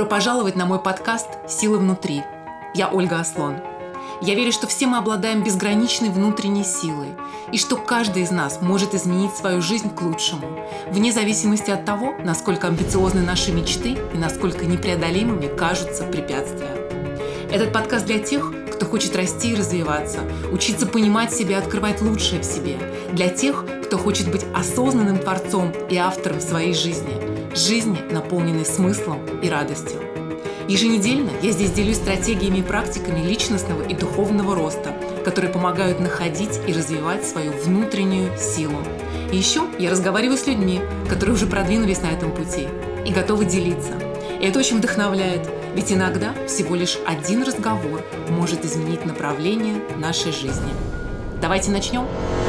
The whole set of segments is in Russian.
Добро пожаловать на мой подкаст «Сила внутри». Я Ольга Аслон. Я верю, что все мы обладаем безграничной внутренней силой, и что каждый из нас может изменить свою жизнь к лучшему, вне зависимости от того, насколько амбициозны наши мечты и насколько непреодолимыми кажутся препятствия. Этот подкаст для тех, кто хочет расти и развиваться, учиться понимать себя и открывать лучшее в себе, для тех, кто хочет быть осознанным творцом и автором своей жизни, наполненной смыслом и радостью. Еженедельно я здесь делюсь стратегиями и практиками личностного и духовного роста, которые помогают находить и развивать свою внутреннюю силу. И еще я разговариваю с людьми, которые уже продвинулись на этом пути и готовы делиться. И это очень вдохновляет, ведь иногда всего лишь один разговор может изменить направление нашей жизни. Давайте начнем.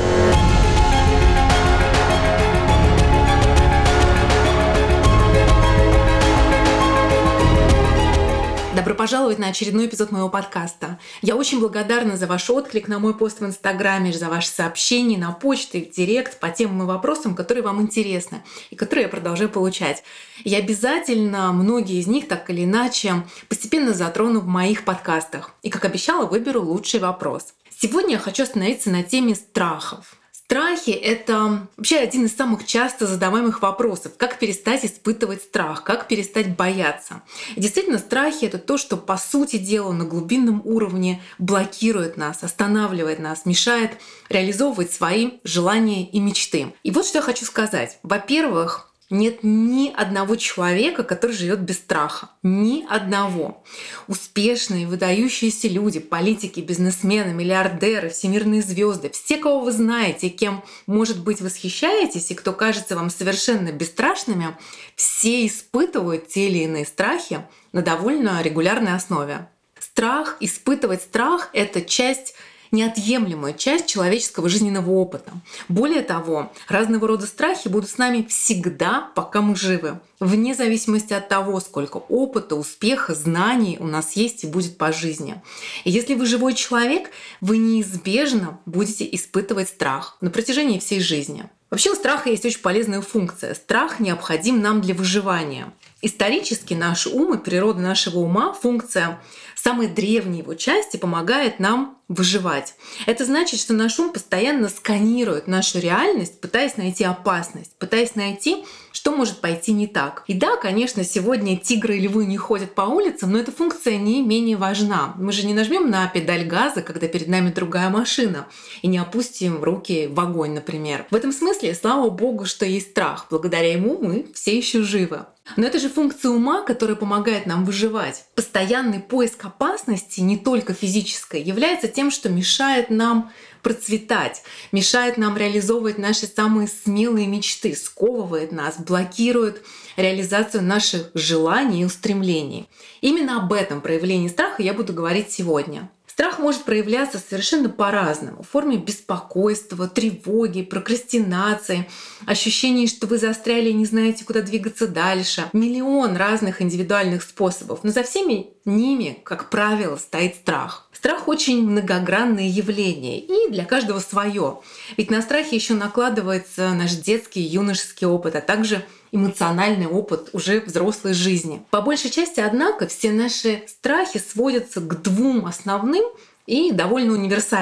Добро пожаловать на очередной эпизод моего подкаста. Я очень благодарна за ваш отклик на мой пост в Инстаграме, за ваши сообщения на почту, в директ по темам и вопросам, которые вам интересны и которые я продолжаю получать. И обязательно многие из них так или иначе постепенно затрону в моих подкастах. И, как обещала, выберу лучший вопрос. Сегодня я хочу остановиться на теме страхов. Страхи — это вообще один из самых часто задаваемых вопросов. Как перестать испытывать страх? Как перестать бояться? И действительно, страхи — это то, что, по сути дела, на глубинном уровне блокирует нас, останавливает нас, мешает реализовывать свои желания и мечты. И вот что я хочу сказать. Во-первых, нет ни одного человека, который живет без страха. Ни одного. Успешные, выдающиеся люди, политики, бизнесмены, миллиардеры, всемирные звезды, все, кого вы знаете, кем, может быть, восхищаетесь и кто кажется вам совершенно бесстрашными, все испытывают те или иные страхи на довольно регулярной основе. Испытывать страх — это неотъемлемая часть человеческого жизненного опыта. Более того, разного рода страхи будут с нами всегда, пока мы живы, вне зависимости от того, сколько опыта, успеха, знаний у нас есть и будет по жизни. И если вы живой человек, вы неизбежно будете испытывать страх на протяжении всей жизни. Вообще у страха есть очень полезная функция. Страх необходим нам для выживания. Исторически наш ум и природа нашего ума, функция самой древней его части, помогает нам выживать. Это значит, что наш ум постоянно сканирует нашу реальность, пытаясь найти опасность, пытаясь найти, что может пойти не так. И да, конечно, сегодня тигры и львы не ходят по улицам, но эта функция не менее важна. Мы же не нажмем на педаль газа, когда перед нами другая машина, и не опустим руки в огонь, например. В этом смысле, слава богу, что есть страх. Благодаря ему мы все еще живы. Но это же функция ума, которая помогает нам выживать. Постоянный поиск опасности, не только физической, является тем, что мешает нам процветать, мешает нам реализовывать наши самые смелые мечты, сковывает нас, блокирует реализацию наших желаний и устремлений. Именно об этом проявлении страха я буду говорить сегодня. Страх может проявляться совершенно по-разному. В форме беспокойства, тревоги, прокрастинации, ощущения, что вы застряли и не знаете, куда двигаться дальше. Миллион разных индивидуальных способов. Но за всеми ними, как правило, стоит страх. Страх — очень многогранное явление, и для каждого свое. Ведь на страхе еще накладывается наш детский и юношеский опыт, а также эмоциональный опыт уже взрослой жизни. По большей части, однако, все наши страхи сводятся к двум основным и довольно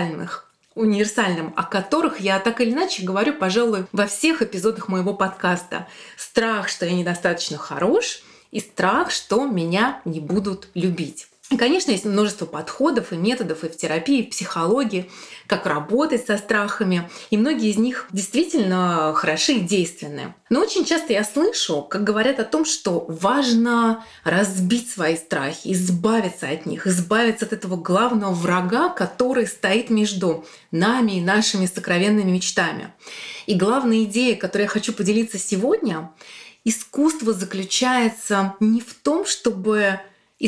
универсальным, о которых я так или иначе говорю, пожалуй, во всех эпизодах моего подкаста. Страх, что я недостаточно хорош, и страх, что меня не будут любить. И, конечно, есть множество подходов и методов и в терапии, и в психологии, как работать со страхами. И многие из них действительно хороши и действенны. Но очень часто я слышу, как говорят о том, что важно разбить свои страхи, избавиться от них, избавиться от этого главного врага, который стоит между нами и нашими сокровенными мечтами. И главная идея, которой я хочу поделиться сегодня, искусство заключается не в том, чтобы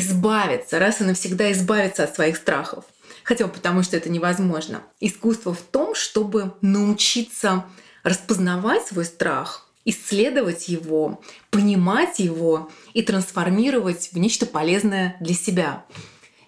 раз и навсегда избавиться от своих страхов. Хотя бы потому, что это невозможно. Искусство в том, чтобы научиться распознавать свой страх, исследовать его, понимать его и трансформировать в нечто полезное для себя.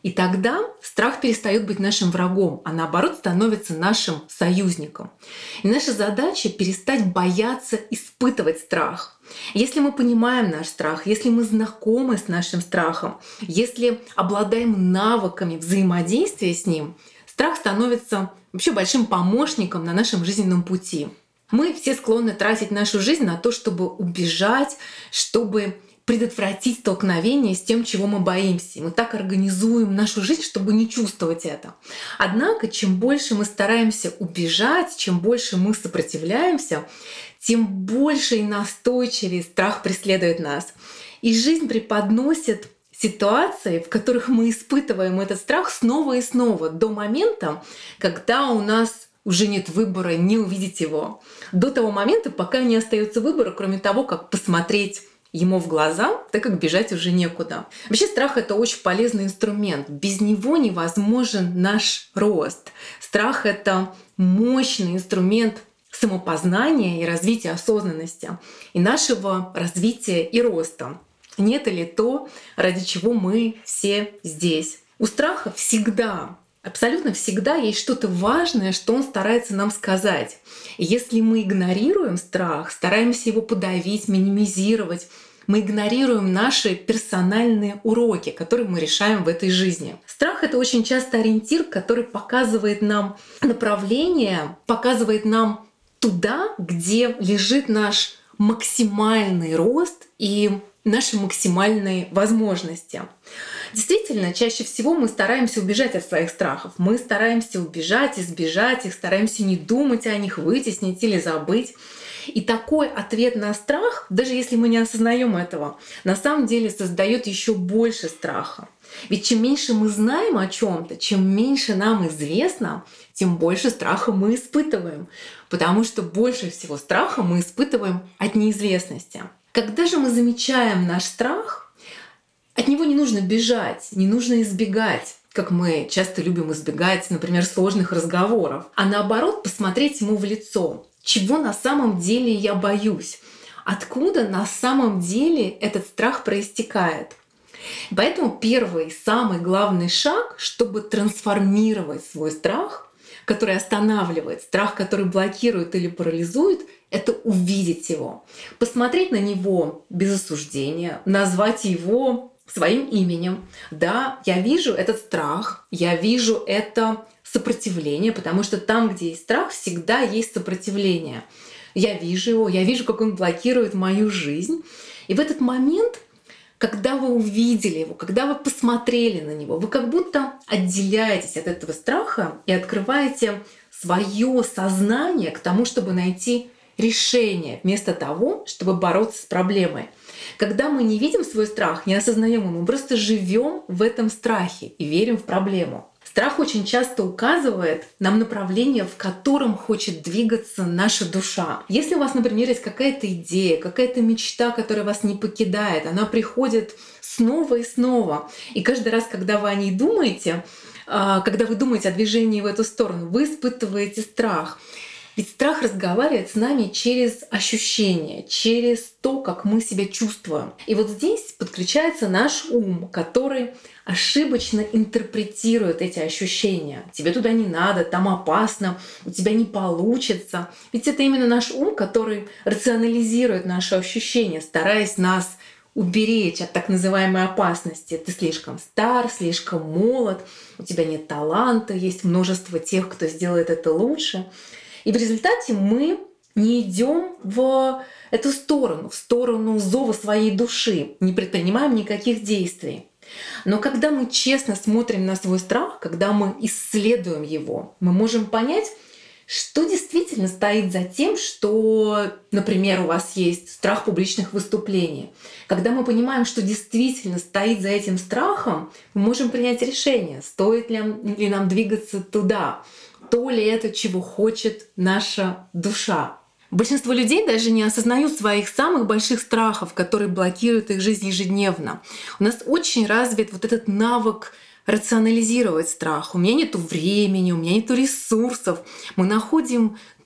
И тогда страх перестает быть нашим врагом, а наоборот становится нашим союзником. И наша задача — перестать бояться испытывать страх. Если мы понимаем наш страх, если мы знакомы с нашим страхом, если обладаем навыками взаимодействия с ним, страх становится вообще большим помощником на нашем жизненном пути. Мы все склонны тратить нашу жизнь на то, чтобы убежать, чтобы предотвратить столкновение с тем, чего мы боимся. Мы так организуем нашу жизнь, чтобы не чувствовать это. Однако, чем больше мы стараемся убежать, чем больше мы сопротивляемся, тем больше и настойчивее страх преследует нас. И жизнь преподносит ситуации, в которых мы испытываем этот страх снова и снова, до момента, когда у нас уже нет выбора не увидеть его. До того момента, пока не остается выбора, кроме того, как посмотреть ему в глаза, так как бежать уже некуда. Вообще страх — это очень полезный инструмент. Без него невозможен наш рост. Страх — это мощный инструмент самопознания и развития осознанности, и нашего развития и роста. Не это ли то, ради чего мы все здесь? У страха всегда, абсолютно всегда есть что-то важное, что он старается нам сказать. И если мы игнорируем страх, стараемся его подавить, минимизировать, мы игнорируем наши персональные уроки, которые мы решаем в этой жизни. Страх — это очень часто ориентир, который показывает нам направление, показывает нам туда, где лежит наш максимальный рост и наши максимальные возможности. Действительно, чаще всего мы стараемся убежать от своих страхов. Мы стараемся убежать, избежать их, стараемся не думать о них, вытеснить или забыть. И такой ответ на страх, даже если мы не осознаем этого, на самом деле создает еще больше страха. Ведь чем меньше мы знаем о чем-то, чем меньше нам известно, тем больше страха мы испытываем. Потому что больше всего страха мы испытываем от неизвестности. Когда же мы замечаем наш страх, от него не нужно бежать, не нужно избегать, как мы часто любим избегать, например, сложных разговоров, а наоборот посмотреть ему в лицо. Чего на самом деле я боюсь? Откуда на самом деле этот страх проистекает? Поэтому первый, самый главный шаг, чтобы трансформировать свой страх, который останавливает, страх, который блокирует или парализует, это увидеть его, посмотреть на него без осуждения, назвать его своим именем. Да, я вижу этот страх, я вижу это сопротивление, потому что там, где есть страх, всегда есть сопротивление. Я вижу его, я вижу, как он блокирует мою жизнь. И в этот момент, когда вы увидели его, когда вы посмотрели на него, вы как будто отделяетесь от этого страха и открываете свое сознание к тому, чтобы найти решение, вместо того, чтобы бороться с проблемой. Когда мы не видим свой страх, не осознаем его, мы просто живем в этом страхе и верим в проблему. Страх очень часто указывает нам направление, в котором хочет двигаться наша душа. Если у вас, например, есть какая-то идея, какая-то мечта, которая вас не покидает, она приходит снова и снова. И каждый раз, когда вы о ней думаете, когда вы думаете о движении в эту сторону, вы испытываете страх. Ведь страх разговаривает с нами через ощущения, через то, как мы себя чувствуем. И вот здесь подключается наш ум, который ошибочно интерпретирует эти ощущения. Тебе туда не надо, там опасно, у тебя не получится. Ведь это именно наш ум, который рационализирует наши ощущения, стараясь нас уберечь от так называемой опасности. Ты слишком стар, слишком молод, у тебя нет таланта, есть множество тех, кто сделает это лучше. И в результате мы не идем в эту сторону, в сторону зова своей души, не предпринимаем никаких действий. Но когда мы честно смотрим на свой страх, когда мы исследуем его, мы можем понять, что действительно стоит за тем, что, например, у вас есть страх публичных выступлений. Когда мы понимаем, что действительно стоит за этим страхом, мы можем принять решение, стоит ли нам двигаться туда, то ли это, чего хочет наша душа. Большинство людей даже не осознают своих самых больших страхов, которые блокируют их жизнь ежедневно. У нас очень развит вот этот навык рационализировать страх. У меня нету времени, у меня нету ресурсов. Мы находим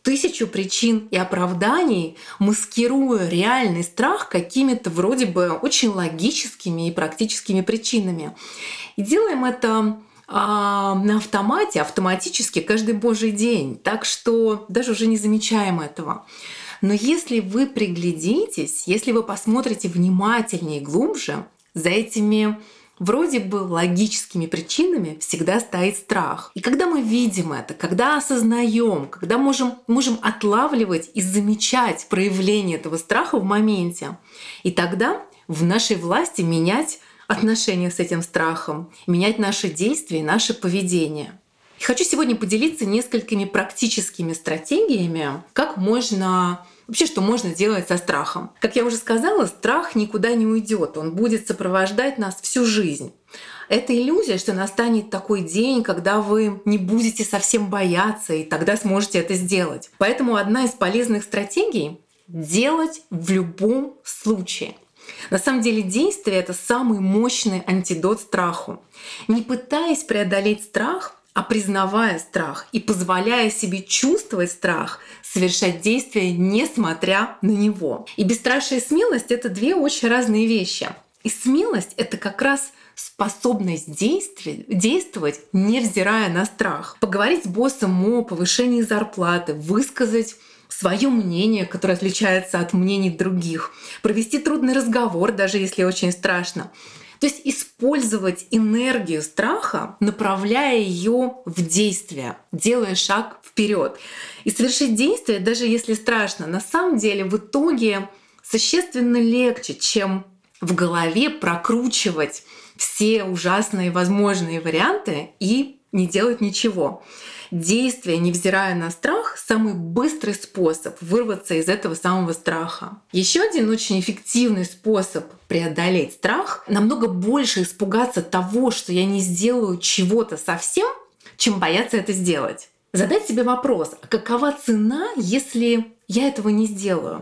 тысячу причин и оправданий, маскируя реальный страх какими-то вроде бы очень логическими и практическими причинами. И делаем это на автомате, автоматически каждый божий день, так что даже уже не замечаем этого. Но если вы приглядитесь, если вы посмотрите внимательнее и глубже, за этими вроде бы логическими причинами всегда стоит страх. И когда мы видим это, когда осознаем, когда можем отлавливать и замечать проявление этого страха в моменте, и тогда в нашей власти менять отношения с этим страхом, менять наши действия и наше поведение. И хочу сегодня поделиться несколькими практическими стратегиями, что можно делать со страхом. Как я уже сказала, страх никуда не уйдет, он будет сопровождать нас всю жизнь. Это иллюзия, что настанет такой день, когда вы не будете совсем бояться, и тогда сможете это сделать. Поэтому одна из полезных стратегий — делать в любом случае. На самом деле действие — это самый мощный антидот страху. Не пытаясь преодолеть страх, а признавая страх и позволяя себе чувствовать страх, совершать действия, несмотря на него. И бесстрашие и смелость — это две очень разные вещи. И смелость — это как раз способность действовать, невзирая на страх. Поговорить с боссом о повышении зарплаты, высказать свое мнение, которое отличается от мнений других, провести трудный разговор, даже если очень страшно. То есть использовать энергию страха, направляя ее в действие, делая шаг вперед. И совершить действие, даже если страшно, на самом деле в итоге существенно легче, чем в голове прокручивать все ужасные возможные варианты и не делать ничего. Действие, невзирая на страх, самый быстрый способ вырваться из этого самого страха. Еще один очень эффективный способ преодолеть страх — намного больше испугаться того, что я не сделаю чего-то совсем, чем бояться это сделать. Задать себе вопрос: а какова цена, если я этого не сделаю?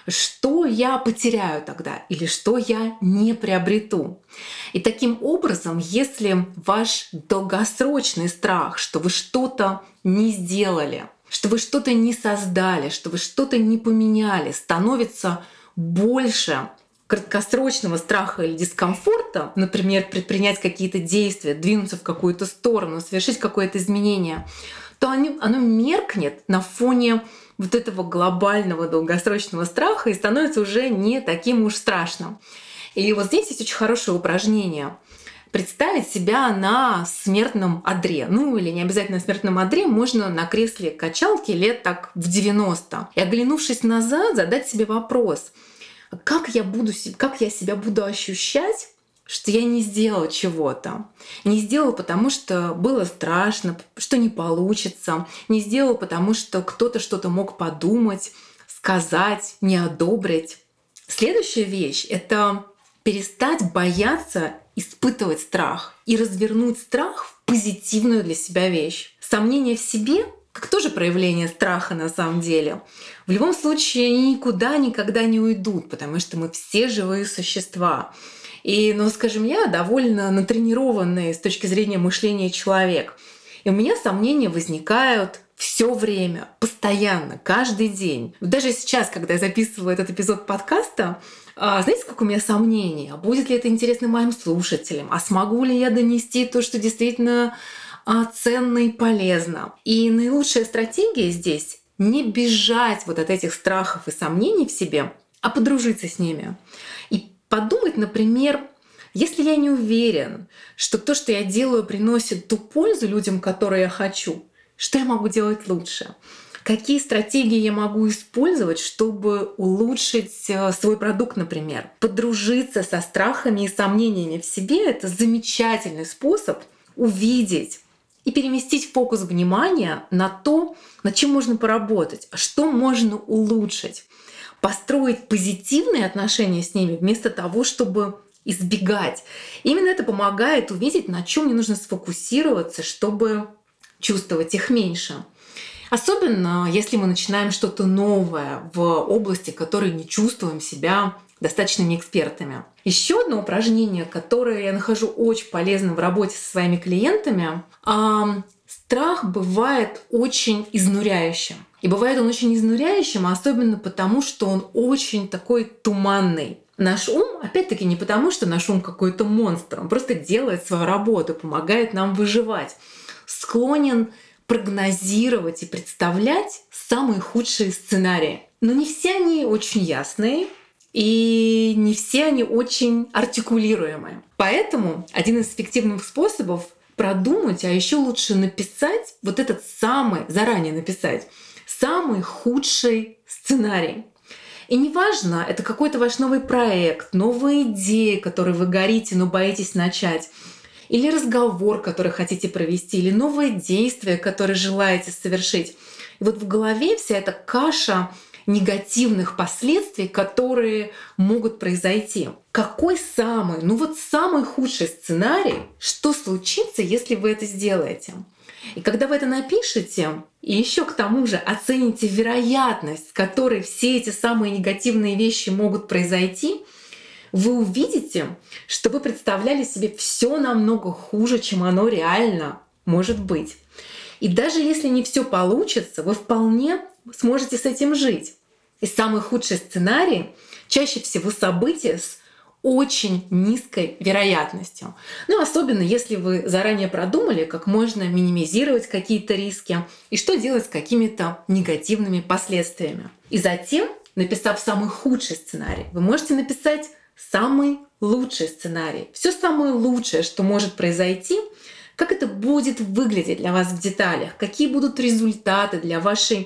Что я потеряю тогда? Или что я не приобрету? И таким образом, если ваш долгосрочный страх, что вы что-то не сделали, что вы что-то не создали, что вы что-то не поменяли, становится больше краткосрочного страха или дискомфорта, например, предпринять какие-то действия, двинуться в какую-то сторону, совершить какое-то изменение, то оно меркнет на фоне вот этого глобального долгосрочного страха и становится уже не таким уж страшным. И вот здесь есть очень хорошее упражнение. Представить себя на смертном одре. Или не обязательно на смертном одре, можно на кресле качалки лет так в 90. И, оглянувшись назад, задать себе вопрос: как я себя буду ощущать, что я не сделала чего-то. Не сделала, потому что было страшно, что не получится. Не сделала, потому что кто-то что-то мог подумать, сказать, не одобрить. Следующая вещь — это перестать бояться испытывать страх и развернуть страх в позитивную для себя вещь. Сомнения в себе — как тоже проявление страха на самом деле. В любом случае они никуда никогда не уйдут, потому что мы все живые существа. И, скажем, я довольно натренированный с точки зрения мышления человек. И у меня сомнения возникают все время, постоянно, каждый день. Даже сейчас, когда я записываю этот эпизод подкаста, знаете, сколько у меня сомнений? А будет ли это интересно моим слушателям? А смогу ли я донести то, что действительно ценно и полезно? И наилучшая стратегия здесь — не бежать от этих страхов и сомнений в себе, а подружиться с ними. И подумать, например, если я не уверен, что то, что я делаю, приносит ту пользу людям, которые я хочу, что я могу делать лучше? Какие стратегии я могу использовать, чтобы улучшить свой продукт, например? Подружиться со страхами и сомнениями в себе — это замечательный способ увидеть и переместить фокус внимания на то, над чем можно поработать, что можно улучшить. Построить позитивные отношения с ними вместо того, чтобы избегать. Именно это помогает увидеть, на чем мне нужно сфокусироваться, чтобы чувствовать их меньше. Особенно если мы начинаем что-то новое в области, в которой не чувствуем себя достаточными экспертами. Еще одно упражнение, которое я нахожу очень полезным в работе со своими клиентами — страх бывает очень изнуряющим. И бывает он очень изнуряющим, особенно потому, что он очень такой туманный. Наш ум, опять-таки, не потому, что наш ум какой-то монстр, он просто делает свою работу, помогает нам выживать, склонен прогнозировать и представлять самые худшие сценарии. Но не все они очень ясные, и не все они очень артикулируемые. Поэтому один из эффективных способов продумать, а еще лучше написать вот этот заранее написать самый худший сценарий. И неважно, это какой-то ваш новый проект, новая идея, которой вы горите, но боитесь начать, или разговор, который хотите провести, или новое действие, которое желаете совершить. И вот в голове вся эта каша негативных последствий, которые могут произойти. Какой самый худший сценарий, что случится, если вы это сделаете? И когда вы это напишете, и еще к тому же оцените вероятность, с которой все эти самые негативные вещи могут произойти, вы увидите, что вы представляли себе все намного хуже, чем оно реально может быть. И даже если не все получится, вы вполне сможете с этим жить. И самый худший сценарий чаще всего события с очень низкой вероятностью. Особенно если вы заранее продумали, как можно минимизировать какие-то риски и что делать с какими-то негативными последствиями. И затем, написав самый худший сценарий, вы можете написать самый лучший сценарий. Все самое лучшее, что может произойти, как это будет выглядеть для вас в деталях, какие будут результаты для вашей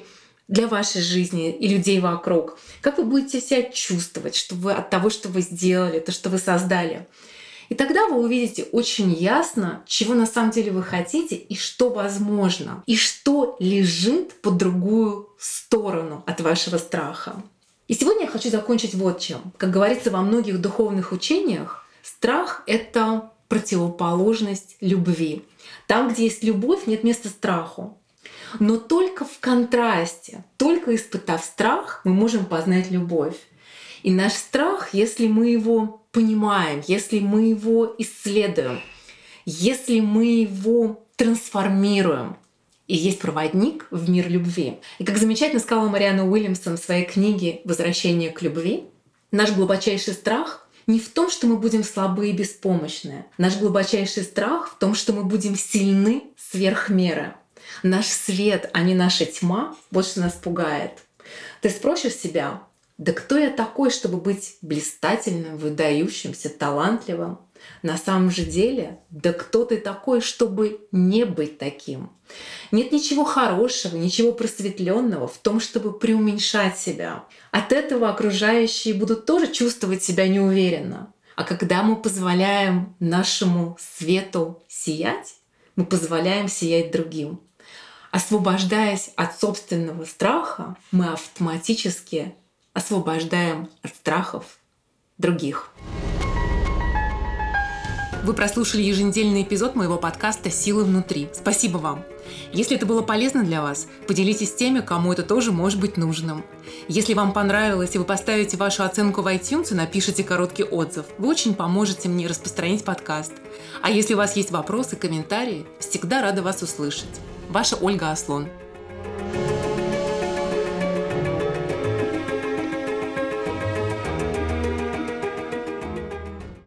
жизни и людей вокруг, как вы будете себя чувствовать от того, что вы сделали, то, что вы создали. И тогда вы увидите очень ясно, чего на самом деле вы хотите и что возможно, и что лежит по другую сторону от вашего страха. И сегодня я хочу закончить вот чем. Как говорится во многих духовных учениях, страх — это противоположность любви. Там, где есть любовь, нет места страху. Но только в контрасте, только испытав страх, мы можем познать любовь. И наш страх, если мы его понимаем, если мы его исследуем, если мы его трансформируем, и есть проводник в мир любви. И как замечательно сказала Марианна Уильямсон в своей книге «Возвращение к любви», наш глубочайший страх не в том, что мы будем слабы и беспомощны. Наш глубочайший страх в том, что мы будем сильны сверх меры. Наш свет, а не наша тьма, вот что нас пугает. Ты спросишь себя: да кто я такой, чтобы быть блистательным, выдающимся, талантливым? На самом же деле, да кто ты такой, чтобы не быть таким? Нет ничего хорошего, ничего просветленного в том, чтобы преуменьшать себя. От этого окружающие будут тоже чувствовать себя неуверенно. А когда мы позволяем нашему свету сиять, мы позволяем сиять другим. Освобождаясь от собственного страха, мы автоматически освобождаем от страхов других. Вы прослушали еженедельный эпизод моего подкаста «Силы внутри». Спасибо вам! Если это было полезно для вас, поделитесь с теми, кому это тоже может быть нужным. Если вам понравилось и вы поставите вашу оценку в iTunes и напишите короткий отзыв, вы очень поможете мне распространить подкаст. А если у вас есть вопросы, комментарии, всегда рада вас услышать. Ваша Ольга Аслон.